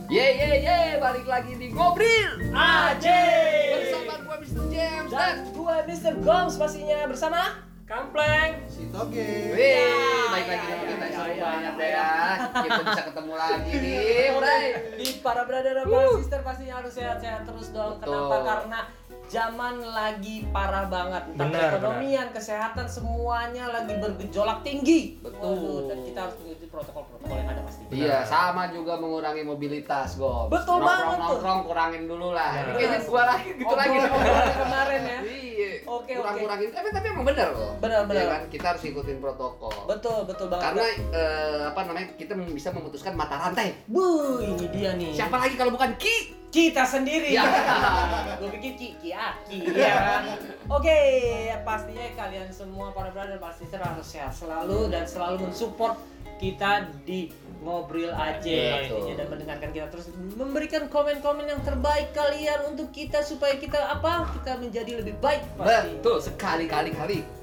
Balik lagi di Ngobril Aja bersama gue Mr. James dan gue Mr. Goms pastinya bersama Kampleng si Toge. Baik lagi dengan kita seru banyak deh ya. Kita bisa ketemu lagi nih, Bray. di para brother dan para sister pastinya harus sehat-sehat terus dong. Betul. Kenapa? Karena zaman lagi parah banget. Entah Benar, ekonomian, kesehatan semuanya lagi bergejolak tinggi. Betul. Waduh, dan kita harus mengikuti protokol-protokol yang ada pasti. Iya, sama juga mengurangi mobilitas, Gob. Betul banget tuh. Nongkrong kurangin dulu lah. Ini Nah. kayaknya gua lagi gitu lagi. Obrolan kemarin ya. Iya. Oke. Kurang-kurangin. Tapi emang bener loh. Benar. Iya kan? Kita harus ikutin protokol. Betul banget. Karena kita bisa memutuskan mata rantai. Bu, ini dia nih. Siapa lagi kalau bukan Ki? Kita sendiri. Ya. Gue pikir Ki Aki ya. Oke, pastinya kalian semua para brother pasti harus sehat selalu dan selalu mensupport kita di Ngobril Aja Betul. dan mendengarkan kita terus, memberikan komen-komen yang terbaik kalian untuk kita supaya kita menjadi lebih baik pasti. Betul sekali. Kali.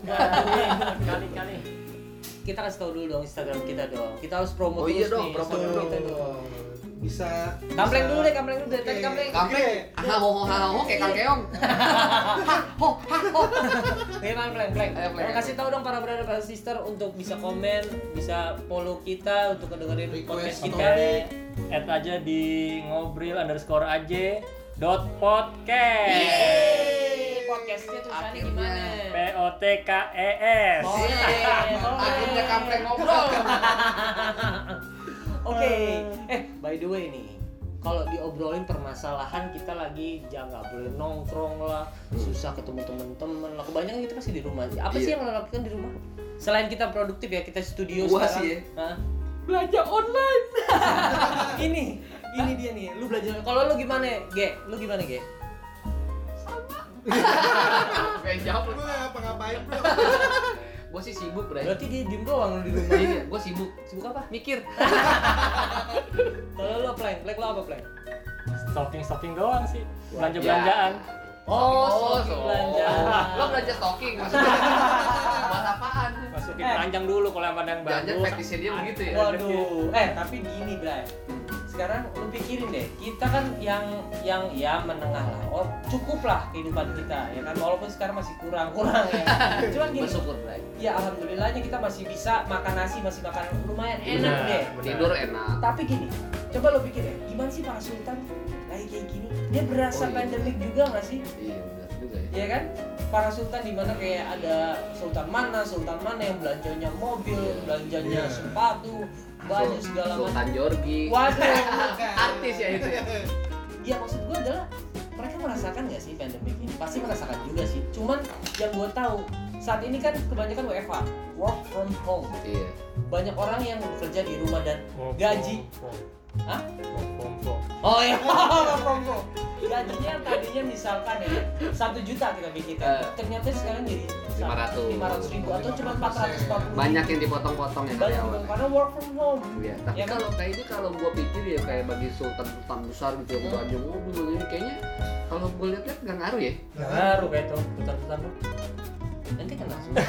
Kita kasih tahu dulu dong Instagram kita dong. Kita harus promo Oh terus iya dong, nih promo Instagram dulu. kita dong. Bisa. Kampleng dulu deh. Oke. Tadi Kampleng. Kampleng. Kayak Kang Keong. Oke, Pleng. Ayo, Pleng. Kasih tahu dong para brother dan sister untuk bisa komen, bisa follow kita untuk dengerin podcast Request kita. add aja di ngobril_aj.podcast. Yeay, podcastnya tulisannya Akhirnya. gimana? POTKES. Boleh. Akhirnya Kampleng ngobrol. Oke, by the way nih, kalau diobrolin permasalahan kita lagi jangan, nggak boleh nongkrong lah, susah ketemu temen-temen lah. Kebanyakan kita pasti di rumah. Apa sih Iya. yang lo lakukan di rumah? Selain kita produktif ya, kita studio Gua sekarang. sih ya. Hah? Belanja online. ini dia nih. Lu belajar. Kalau lu gimana, Ge? Lu gimana, Ge? Kayak jawab. Gue nggak ngapa-ngapain bro. Gue sih sibuk, Bray. Berarti dia diem doang lu di rumah. Iya, gue sibuk. Sibuk apa? Mikir. Kalau lu Pleng lo apa, Pleng? Stocking doang sih. Belanja-belanjaan. Oh, belanjaan. Lo belanja stocking maksudnya. Buat apaan? Masukin keranjang dulu kalau yang pandang Jangan bagus. fetishnya dia begitu ya. Waduh. Tapi gini, Bray. Sekarang lu pikirin deh, kita kan yang ya menengah lah. Oh, cukup lah kehidupan kita ya kan, walaupun sekarang masih kurang ya. Cuman gini. Bersyukur, Bray. Ya alhamdulillahnya kita masih bisa makan nasi, masih makan lumayan enak Benar, deh. benar. Tidur enak. Tapi gini, coba lo pikir ya, gimana sih para sultan lagi kayak gini? Dia berasa Oh, iya. pandemik juga nggak sih? Iya, benar juga ya. Ya kan? Para sultan di mana kayak ada sultan mana yang belanjanya mobil, Iya. belanjanya Iya. sepatu, baju segala macam. Sultan Jorgi. Waduh. Artis ya itu ya. Ya maksud gue adalah mereka merasakan nggak sih pandemik ini? Pasti merasakan juga sih. Cuman yang gue tahu saat ini kan kebanyakan WFH, work from home. Iya. Banyak orang yang bekerja di rumah dan gaji. Hah? Oh iya, promo. Gajinya yang tadinya misalkan ya 1 juta kita pikirkan, ternyata sekarang jadi 500 ribu atau cuma 440. Banyak yang dipotong-potong ya Banyak karyawan. karena work from home. Iya, tapi Ya kan? kalau kayak ini kalau gua pikir ya kayak bagi sultan besar gitu yang belanja mobil ini kayaknya kalau gua lihat nggak ngaruh ya. Ngaruh kayak tuh, hutan-hutan tuh. Nanti kena semua.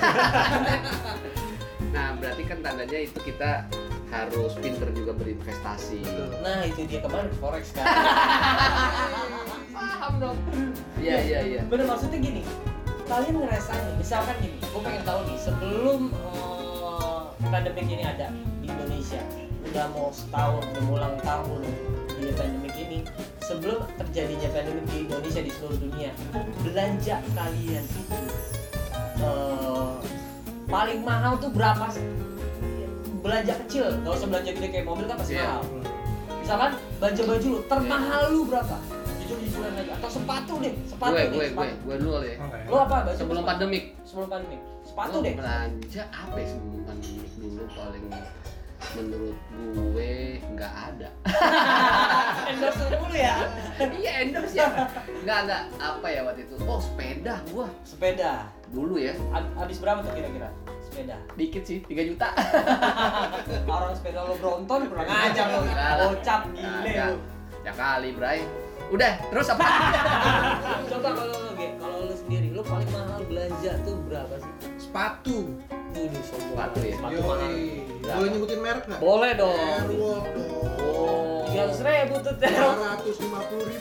Nah, berarti kan tandanya itu kita harus pinter juga berinvestasi. Nah itu dia kemarin forex kan. Paham dong. Iya. Bener, maksudnya gini, kalian ngerasain misalkan gini, gue pengen tahu nih sebelum pandemik ini ada di Indonesia, udah mau setahun, udah mau ulang tahun di pandemik ini, sebelum terjadinya pandemik di Indonesia di seluruh dunia, belanja kalian itu paling mahal tuh berapa sih? Belanja kecil, nggak usah belanja gede kayak mobil kan pasti Iya. mahal. Misalkan belanja baju lu, termahal lu berapa? Jujur-jujuran aja. Atau sepatu deh, sepatu. Gue dulu ya. Lu apa baju? Sebelum sepatu? pandemik. Sebelum pandemik. Sepatu Lu deh. belanja apa ya sebelum pandemik dulu paling menurut gue nggak ada. Endorse dulu ya. Iya endorse ya. Nggak apa ya waktu itu. Oh sepeda gua Sepeda. dulu ya. Habis berapa tuh kira-kira? Sepeda. Dikit sih 3 juta. Orang sepeda lo Bronton kurang ajar lo. Bocap gile Nah, lu. ya kali Bray. Udah terus apa? Coba kalau lu sendiri, lu paling mahal belanja tuh berapa sih? Sepatu. Ini sombong. Sepatu ya? Sepatu mahal. Boleh nyebutin merek nggak? Boleh dong. Airwalk dong. Oh. 300.000 tuh terong. 250.000.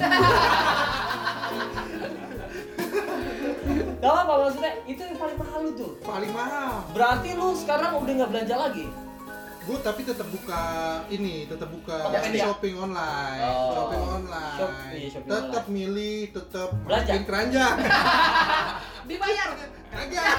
Gak apa maksudnya, itu yang paling mahal lu tuh. Paling mahal. Berarti lu sekarang udah nggak belanja lagi? Gue tapi tetap buka Oh, ya? shopping online. Oh. Shopping online. Iya, shopping Tetap milih, tetap Belanja? masukin keranjang. Dibayar. Kagak.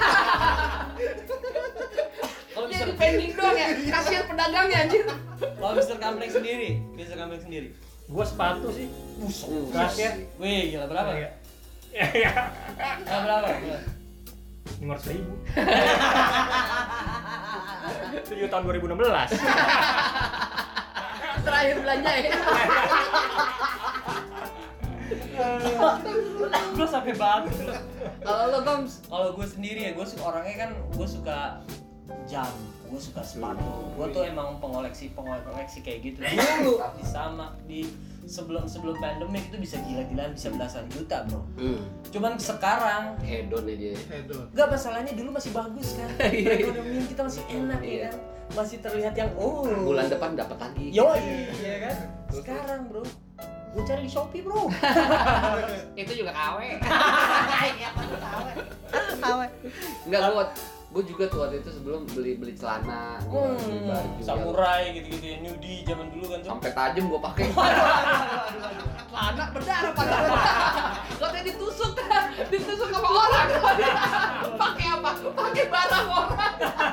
Kalau Dia Mister, pending doang ya. Kasihan pedagangnya anjir. kalau Mister Kampleng sendiri, Mister Kampleng sendiri. Gua sepatu sih. Busuk. Terakhir. Wih, gila berapa? Iya. Ya. Nah, berapa? 500.000. Itu tahun 2016. Terakhir belanja ya. Gue sampai banget. Kalau lo Bams, Kalau gue sendiri ya, gue orangnya kan gue suka jam, gue suka sepatu. Gue tuh emang pengoleksi kayak gitu. Dulu di sebelum pandemik itu bisa gila-gilaan, bisa belasan juta bro. Cuman sekarang hedon ya dia. Hedon. nggak, masalahnya dulu masih bagus kan. Perekonomian kita masih enak ya kan, masih terlihat yang Bulan depan dapat lagi. yoi ya kan. Sekarang bro, gue cari di Shopee bro. Itu juga KW. Iya, KW. Enggak, gue juga tuh waktu itu sebelum beli celana, beli baju. Samurai gitu-gitu ya, nudie zaman dulu kan tuh. Sampai tajam gue pakai. Celana berdarah pada. Katanya ditusuk sama orang. Pakai apa? Pakai barang orang.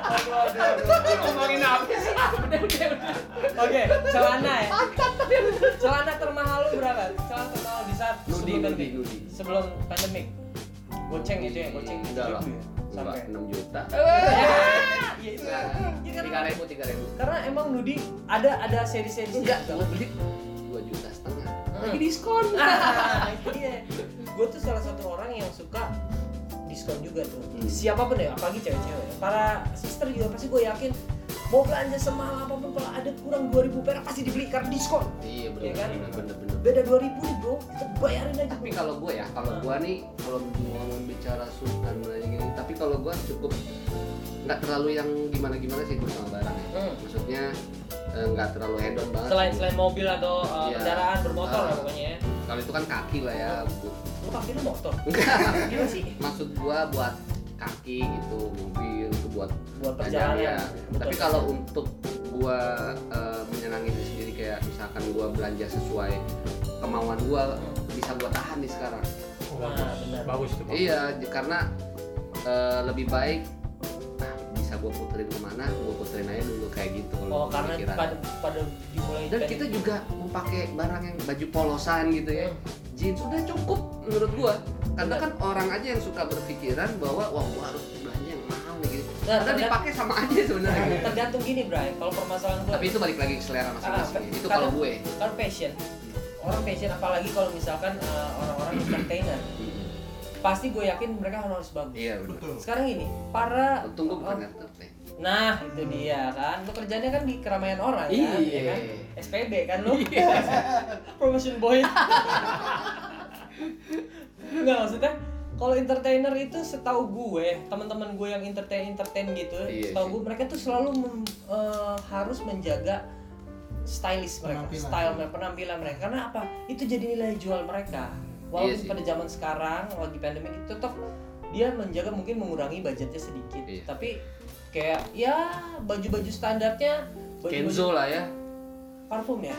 Ngomongin apa sih? Udah. Oke, celana ya. Celana termahal lu berapa? Celana termahal di saat Nudi. sebelum pandemik. Goceng itu ya, goceng. Enggak lah. Sampai 6 juta. Iya itu. Nah, 3.000. Karena emang nudi ada seri-seri Enggak, juga. gue beli 2,5 juta. Lagi diskon. Itu dia. Gue tuh salah satu orang yang suka diskon juga tuh. Hmm. Siapapun ya, apalagi cewek-cewek. Para sister juga pasti gue yakin mau belanja semahal apapun kalau ada kurang 2.000 perak pasti dibeli karena diskon. Iya Iya kan? bener. Beda 2.000 nih bro, kita bayarin aja. Tapi kalau gue ya, gue nih kalau mau bicara sultan belanja gini, tapi kalau gue cukup nggak terlalu yang gimana sih gue sama barang ya. Maksudnya nggak terlalu hedon banget. Selain mobil atau Iya. kendaraan bermotor lah pokoknya ya. Kalau itu kan kaki lah ya. Lu kaki lu motor? Gimana sih? Maksud gue buat kaki gitu, mobil itu buat Perjalanan. ya. Betul. Tapi kalau untuk gue menyenangin diri sendiri kayak misalkan gue belanja sesuai kemauan gue, bisa gue tahan nih sekarang. Nah, benar. Bagus tuh. Iya, karena lebih baik bisa gue puterin kemana, gue puterin aja dulu kayak gitu. Oh, karena pada dimulai dan kita juga mau pakai barang yang baju polosan gitu ya, jeans udah cukup menurut gue. Karena kan orang aja yang suka berpikiran bahwa wah gue harus belanja yang mahal nih gitu. Nah, Karena dipakai sama aja sebenarnya. tergantung gini Bray, kalau permasalahan gue. Tapi itu balik lagi ke selera masing-masing. Itu kalau gue. Kan passion. Orang passion, apalagi kalau misalkan orang-orang entertainer, pasti gue yakin mereka harus bagus. Iya betul. Betul. Sekarang ini para Untung gue bukan entertain. nah itu dia kan, lu kerjanya kan di keramaian orang kan, Iya. ya kan? SPB kan lu, promotion boy. Nggak, maksudnya kalau entertainer itu setahu gue, teman-teman gue yang entertain gitu, Iya setahu sih. gue mereka tuh selalu harus menjaga stylish mereka, penampilan mereka. Karena apa? Itu jadi nilai jual mereka. Walaupun Iya sih. pada zaman sekarang lagi pandemi itu tetap dia menjaga, mungkin mengurangi budgetnya sedikit, Iya. tapi kayak ya baju-baju standarnya, Kenzo lah ya. parfum ya.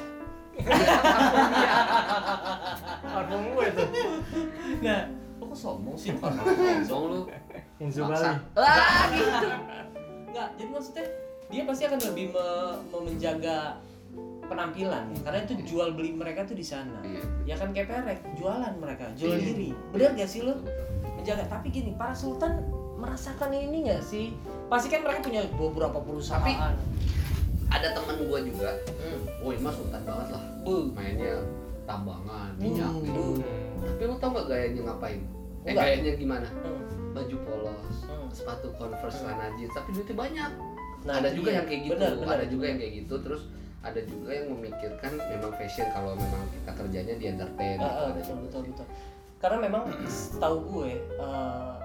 Parfum gue tuh. Nah, kok sombong sih? Sombong lu. Inzu Maksa. Bali. Lah gitu. Enggak, jadi maksudnya dia pasti akan lebih menjaga penampilan, karena itu jual beli mereka tuh di sana. Iya. Ya kan kayak perek, jualan mereka, jual Iya. diri. Benar gak sih lo? Menjaga. Tapi gini, para sultan merasakan ini nggak sih? Pasti kan mereka punya beberapa perusahaan. Ada teman gue juga. Woi mas sultan banget lah. Mainnya tambangan, minyak gitu. Tapi lu tau gak gayanya ngapain? Enggak. Gayanya gimana? Hmm. Baju polos, sepatu Converse, celana jeans, tapi duitnya banyak. Nah, Ada itu juga dia. yang kayak gitu, Benar. ada juga yang kayak gitu. Terus ada juga yang memikirkan memang fashion kalau memang kita kerjanya di entertain gitu. Ada juga. Betul. Karena memang setahu gue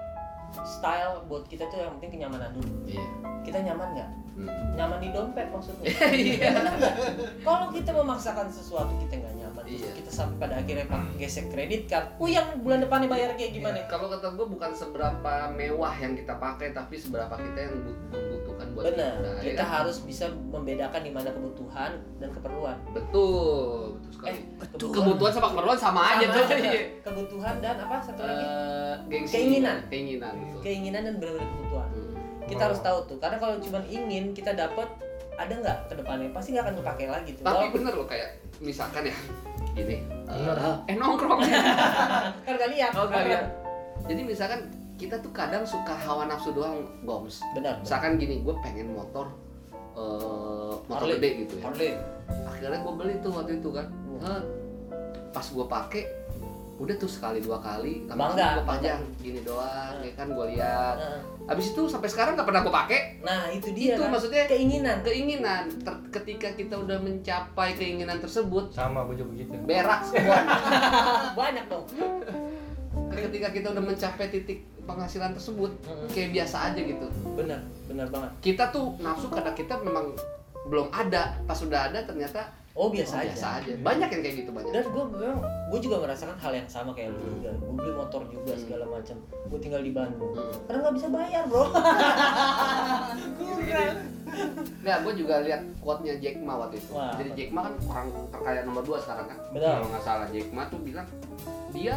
style buat kita tuh yang penting kenyamanan dulu. Iya. Kita nyaman nggak? Nyaman di dompet maksudnya. Iya. Benar nggak? Kalau kita memaksakan sesuatu kita nggak nyaman, terus Iya. kita sampai pada akhirnya gesek kredit card. Yang bulan depannya bayar kayak gimana? Kalau kata gue bukan seberapa mewah yang kita pakai, tapi seberapa kita yang membutuhkan buat Benar. ya Kita kan? harus bisa membedakan di mana kebutuhan dan keperluan. Betul sekali. Betul. Kebutuhan sama keperluan sama aja tuh. Iya. Kebutuhan dan apa satu lagi? Gengsi. Keinginan. Keinginan. Betul. Keinginan dan benar-benar kebutuhan. Kita Oh. harus tahu tuh, karena kalau cuma ingin kita dapat, ada nggak ke depannya pasti nggak akan kepake lagi tuh. Tapi Walaupun bener loh kayak misalkan ya gini. Bener. Nongkrong. kan nggak lihat. Oh kalian. Jadi misalkan kita tuh kadang suka hawa nafsu doang, Goms. Benar. Misalkan gini, gue pengen motor motor Harley. gede gitu ya. Harley. Akhirnya gue beli tuh waktu itu kan. Pas gue pakai udah tuh sekali dua kali Bangga. gue pajang gini doang ya kan, gue lihat. Nah, Habis itu sampai sekarang nggak pernah gue pakai. nah itu dia Itu kan. maksudnya Keinginan. ketika kita udah mencapai keinginan tersebut Sama gue juga begitu. berak semua. Banyak dong. Ketika kita udah mencapai titik penghasilan tersebut kayak biasa aja gitu. Benar banget. Kita tuh nafsu karena kita memang belum ada, pas sudah ada ternyata Oh biasa aja. biasa aja. Banyak yang kayak gitu, banyak. Dan gue juga merasakan hal yang sama kayak lu juga. Gue beli motor juga segala macam. Gue tinggal di Bandung. Karena nggak bisa bayar bro. Kurang. Nah, gue juga lihat quote-nya Jack Ma waktu itu. Wah. Jadi Jack Ma kan orang terkaya nomor 2 sekarang kan. Betul. Kalau nggak salah Jack Ma tuh bilang dia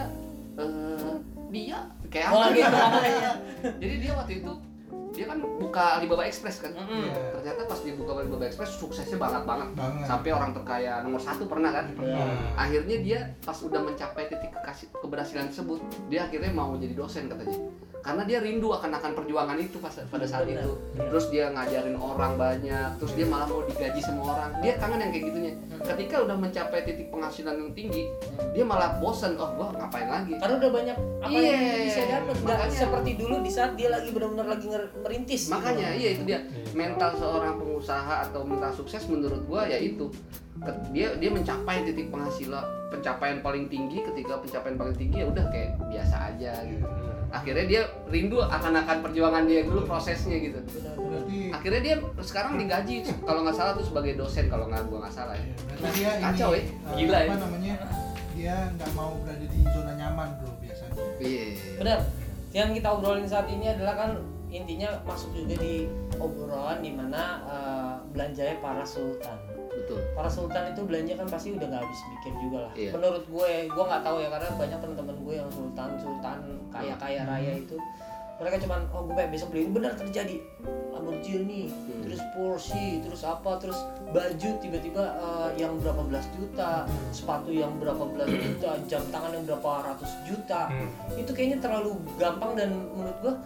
kayak Wah, apa gitu. gitu. Jadi dia waktu itu dia kan buka Alibaba Express kan. Ternyata pas dia buka Alibaba Express suksesnya banget. Sampai orang terkaya nomor 1 pernah kan. Akhirnya dia pas udah mencapai titik keberhasilan tersebut, dia akhirnya mau jadi dosen katanya. Karena dia rindu akan perjuangan itu pada saat Benar. itu. Terus dia ngajarin orang banyak, terus dia malah mau digaji sama orang. Dia kangen yang kayak gitunya. Ketika udah mencapai titik penghasilan yang tinggi, dia malah bosan. Oh, gua ngapain lagi? Karena udah banyak apa Iya, yang bisa dapat. Nggak makanya. seperti dulu di saat dia lagi benar-benar lagi merintis. Makanya gitu. iya itu dia mental seorang pengusaha atau mental sukses menurut gua ya itu dia mencapai titik pencapaian paling tinggi. Ketika pencapaian paling tinggi ya udah kayak biasa aja gitu. Akhirnya dia rindu akan perjuangan dia dulu, prosesnya gitu. Berarti Akhirnya dia sekarang digaji kalau nggak salah tuh sebagai dosen, kalau gua nggak salah ya. berarti dia Kacau ini, ya, gila ya. apa namanya? Dia nggak mau berada di zona nyaman bro biasanya. Iya. Benar. Yang kita obrolin saat ini adalah kan intinya masuk juga di obrolan dimana belanjanya para sultan. Betul. Para sultan itu belanja kan pasti udah nggak habis pikir juga lah. Iya. Menurut gue nggak tahu ya karena banyak teman-teman gue yang sultan kaya raya itu mereka cuman gue pengen besok beli ini, benar terjadi Lamborghini, terus Porsche, terus apa, terus baju tiba-tiba yang berapa belas juta, sepatu yang berapa belas juta, jam tangan yang berapa ratus juta. Itu kayaknya terlalu gampang dan menurut gue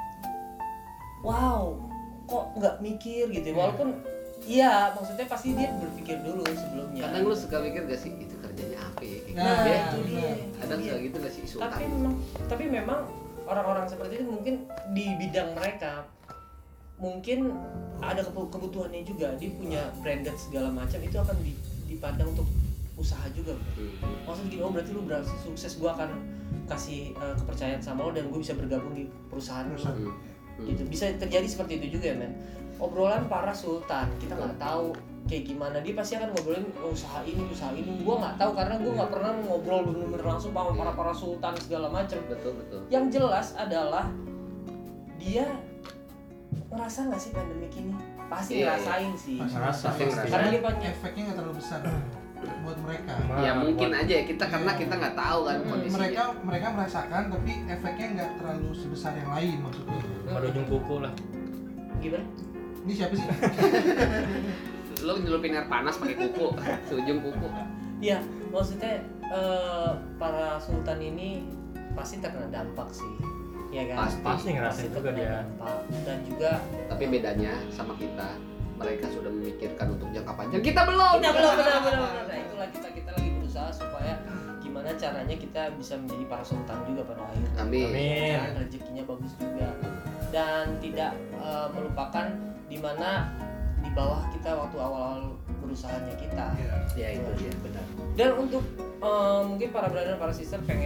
wow kok nggak mikir gitu ya. Walaupun iya, maksudnya pasti dia berpikir dulu sebelumnya. Kadang lu suka mikir gak sih itu kerjanya apa ya? Kayak Nah, gitu ya. itu dia. Kadang suka gitu gak sih sultan? Tapi memang orang-orang seperti itu mungkin di bidang mereka mungkin ada kebutuhannya juga. Dia punya branded segala macam itu akan dipandang untuk usaha juga. Maksudnya gini, oh berarti lu berhasil sukses, gua akan kasih kepercayaan sama lo dan gue bisa bergabung di perusahaan lo. Gitu. Bisa terjadi seperti itu juga ya men. Obrolan para sultan kita nggak tahu kayak gimana, dia pasti akan ngobrolin usaha ini gua nggak tahu karena gua nggak pernah ngobrol bener-bener langsung sama para sultan segala macam. Betul. Yang jelas adalah dia ngerasa nggak sih pandemik ini pasti Iya. ngerasain sih. Ngerasa. Karena dia banyak efeknya nggak terlalu besar buat mereka. Ya mungkin aja ya kita karena Iya. kita nggak tahu kan kondisinya. Mereka merasakan tapi efeknya nggak terlalu sebesar yang lain maksudnya. Pada ujung kuku lah. gimana? Ini siapa sih? Lo nyelupin air panas pakai kuku, seujung kuku. Iya, maksudnya para sultan ini pasti terkena dampak sih, ya kan? Pasti ngerasain juga terkena dia. dampak. Dan juga Tapi bedanya sama kita, mereka sudah memikirkan untuk jangka panjang. Kita belum. benar. Nah, itulah kita lagi berusaha supaya gimana caranya kita bisa menjadi para sultan juga pada akhirnya. Amin. Amin. Dan rezekinya bagus juga. Dan tidak melupakan di mana di bawah kita waktu awal berusahanya kita. Iya. Ya itu dia benar. Dan untuk mungkin para brother, para sister pengen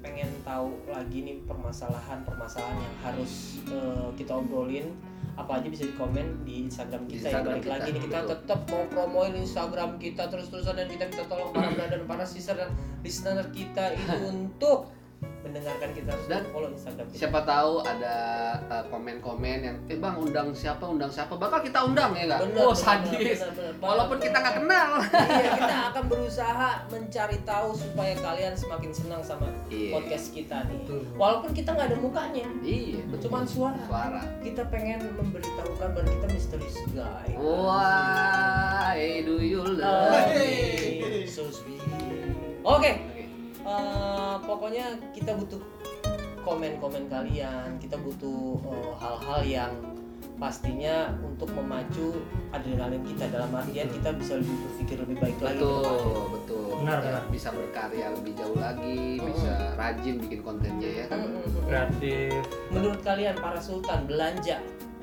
pengen tahu lagi nih permasalahan yang harus kita obrolin, apa aja bisa di komen di Instagram kita. Ya balik lagi nih, kita tetap mau promoin Instagram kita terus-terusan, dan kita minta tolong para brother dan para sister dan listener kita itu untuk mendengarkan kita, harus dan follow Instagram kita. Siapa tahu ada komen-komen yang bang undang siapa, bakal kita undang ya nggak? Bener, Sadis. bener. Walaupun kita nggak kenal. Iya, kita akan berusaha mencari tahu supaya kalian semakin senang sama podcast kita nih. Betul. Walaupun kita nggak ada mukanya, Iya, cuman suara. Kita pengen memberitahukan bahwa kita misterius guy. Why do you love me? So sweet. Oke. Pokoknya kita butuh komen-komen kalian, kita butuh hal-hal yang pastinya untuk memacu adrenalin kita, dalam artian kita bisa lebih berpikir lebih baik lagi ke depannya. Betul. Benar. Bisa berkarya lebih jauh lagi, bisa rajin bikin kontennya ya kan. Kreatif. Menurut kalian para sultan belanja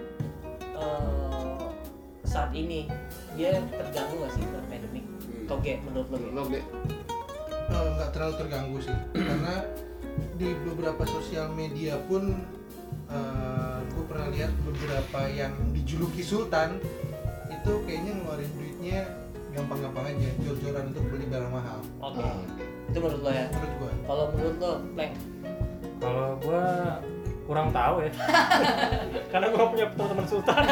saat ini dia terganggu nggak sih dengan pandemik? Toge, menurut lo? Nggak terlalu terganggu sih, karena di beberapa sosial media pun gue pernah lihat beberapa yang dijuluki sultan itu kayaknya ngeluarin duitnya gampang-gampang aja, jor-joran untuk beli barang mahal. Oke. Itu menurut lo ya? Menurut gue. Kalau menurut lo, Pleng? Kalau gua kurang tahu ya. Karena gua punya teman-teman sultan.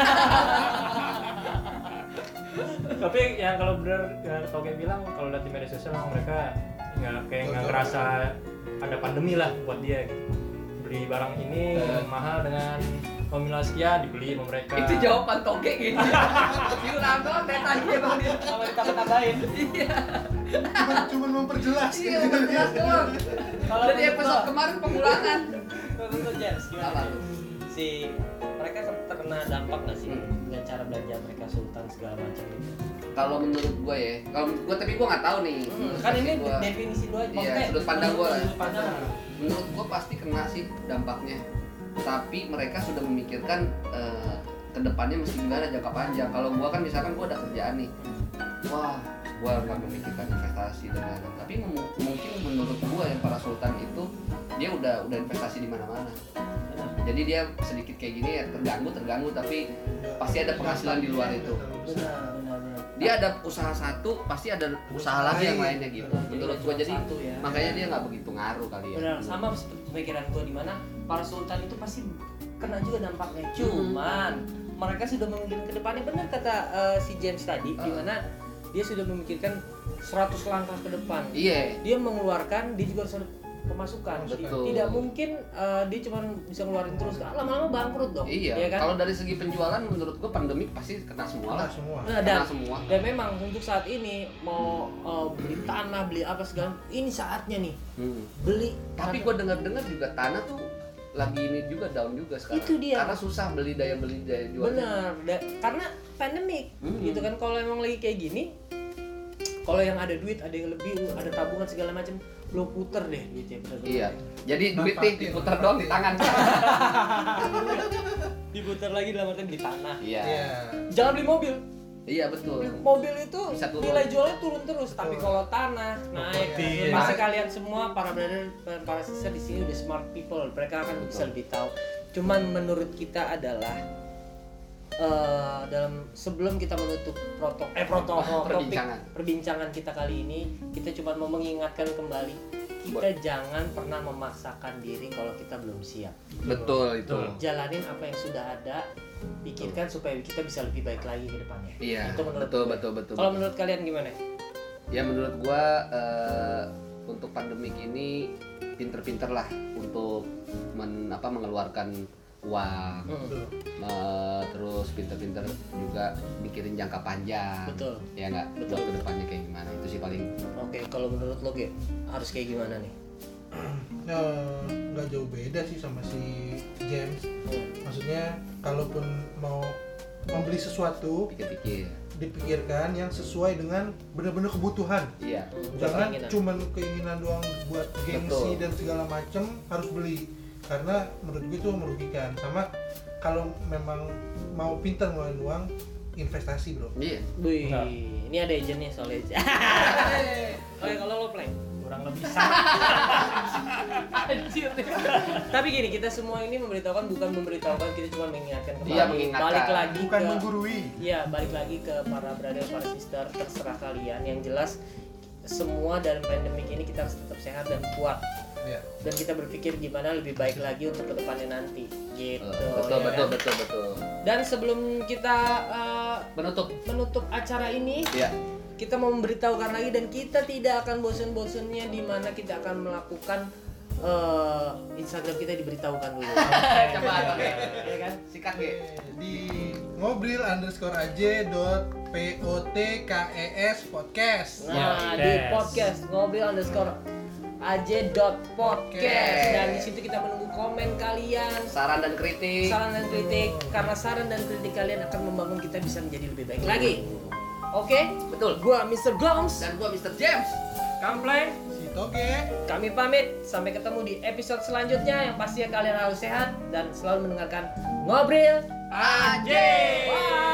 Tapi yang kalau benar Toge bilang, kalau lihat di media sosial mereka nggak ngerasa ada pandemi lah buat dia gitu. Beli barang ini mahal dengan nominal sekian dibeli sama mereka. Itu jawaban Toge gitu. Diulang doang tanya bang dia. Sama ditambah-tambahin. Iya. Cuman memperjelas. Iya, memperjelas doang. Kalau Dari episode kemarin pengulangan. Menurut James Apa gimana? tuh? Si mereka terkena dampak nggak sih dengan cara belanja mereka sultan segala macam itu? Kalau menurut gue ya, tapi gue nggak tahu nih. Kan ini Gua- definisi doang. Iya, Maksudnya sudut pandang gua lah. Sudut pandang. Menurut gue pasti kena sih dampaknya. Tapi mereka sudah memikirkan kedepannya mesti gimana jangka panjang. Kalau gue kan misalkan gue ada kerjaan nih, wah gue nggak memikirkan investasi dan lain-lain. Tapi mungkin menurut gue yang para sultan itu dia udah investasi di mana-mana. Jadi dia sedikit kayak gini ya terganggu, tapi pasti ada penghasilan di luar itu. Benar. Dia ada usaha satu, pasti ada usaha lagi yang lainnya gitu. Menurut gua jadi Satu ya. makanya dia nggak begitu ngaruh kali ya. Benar, sama seperti pemikiran gue, di mana para sultan itu pasti kena juga dampaknya. Cuman mereka sudah memikirkan ke depannya, benar kata si James tadi, di mana dia sudah memikirkan 100 langkah ke depan. Iya. Dia mengeluarkan, dia juga harus ada pemasukan. Betul. Tidak mungkin dia cuma bisa ngeluarin terus, lama-lama bangkrut dong. Iya. Ya kan? Kalau dari segi penjualan menurut gua pandemi pasti kena semua lah. Semua. Nah, Kena semua. dan memang untuk saat ini mau beli tanah, beli apa segala, ini saatnya nih beli. Tapi gua dengar-dengar juga tanah tuh lagi ini juga down juga sekarang. Itu dia. Karena susah beli daya jual. Bener, karena pandemik gitu kan. Kalau emang lagi kayak gini, kalau yang ada duit, ada yang lebih, ada tabungan segala macam, lo puter deh duitnya. Iya. Jadi duit nih diputar doang di tangan. Diputar lagi dalam artian beli tanah. Iya. Jangan beli mobil. Iya betul. Mobil itu Bisa turun. nilai jualnya turun terus, tapi kalau tanah naik. Iya. Pasti kalian semua para brother dan para sister di sini udah smart people, mereka akan bisa lebih tahu. Cuman menurut kita adalah dalam sebelum kita menutup protokol topik perbincangan kita kali ini, kita cuma mau mengingatkan kembali, kita jangan pernah memaksakan diri kalau kita belum siap. Betul itu. Jalanin apa yang sudah ada, pikirkan supaya kita bisa lebih baik lagi ke depannya. Iya. Itu menurut Betul. Kalau menurut kalian gimana? Ya menurut gua untuk pandemik ini pinter-pinter lah untuk mengeluarkan uang, terus pinter-pinter juga mikirin jangka panjang. Betul. Ya nggak, buat kedepannya kayak gimana, itu sih paling. Oke, kalau menurut lo Ge, harus kayak gimana nih? Nggak jauh beda sih sama si James. Maksudnya kalaupun mau membeli sesuatu, Pikir-pikir. dipikirkan yang sesuai dengan benar-benar kebutuhan. Iya. Jangan keinginan. cuman keinginan doang buat gengsi Betul. dan segala macem harus beli, karena menurut gue itu merugikan. Sama kalau memang mau pintar ngeluarin uang, investasi bro. Iya. Wih, Enggak. ini ada agennya soalnya. Oke, kalau lo Pleng? kurang lebih sama. Anjir. Tapi gini, kita semua ini bukan memberitahukan, kita cuma mengingatkan kembali. Iya, mengingatkan. Balik lagi Bukan ke menggurui. Iya, balik lagi ke para brother, para sister, terserah kalian. Yang jelas semua dalam pandemik ini kita harus tetap sehat dan kuat. Iya. Dan kita berpikir gimana lebih baik lagi untuk kedepannya nanti, gitu. Betul, ya betul, kan? betul. Dan sebelum kita Menutup. acara ini, Iya. kita mau memberitahukan lagi dan kita tidak akan bosan-bosannya di mana kita akan melakukan Instagram kita diberitahukan dulu. Coba Ya kan? sikat Ge. Di ngobril_aj.potkes podcast. Nah, di podcast ngobril_aj.podcast dan di situ kita menunggu komen kalian, Saran dan kritik. karena saran dan kritik kalian akan membangun kita bisa menjadi lebih baik lagi. Oke? Betul. Gua Mr. Goms. Dan gua Mr. James. Kampleng. Si Toge. Kami pamit, sampai ketemu di episode selanjutnya. Yang pastinya kalian harus sehat dan selalu mendengarkan Ngobril Aja. Bye.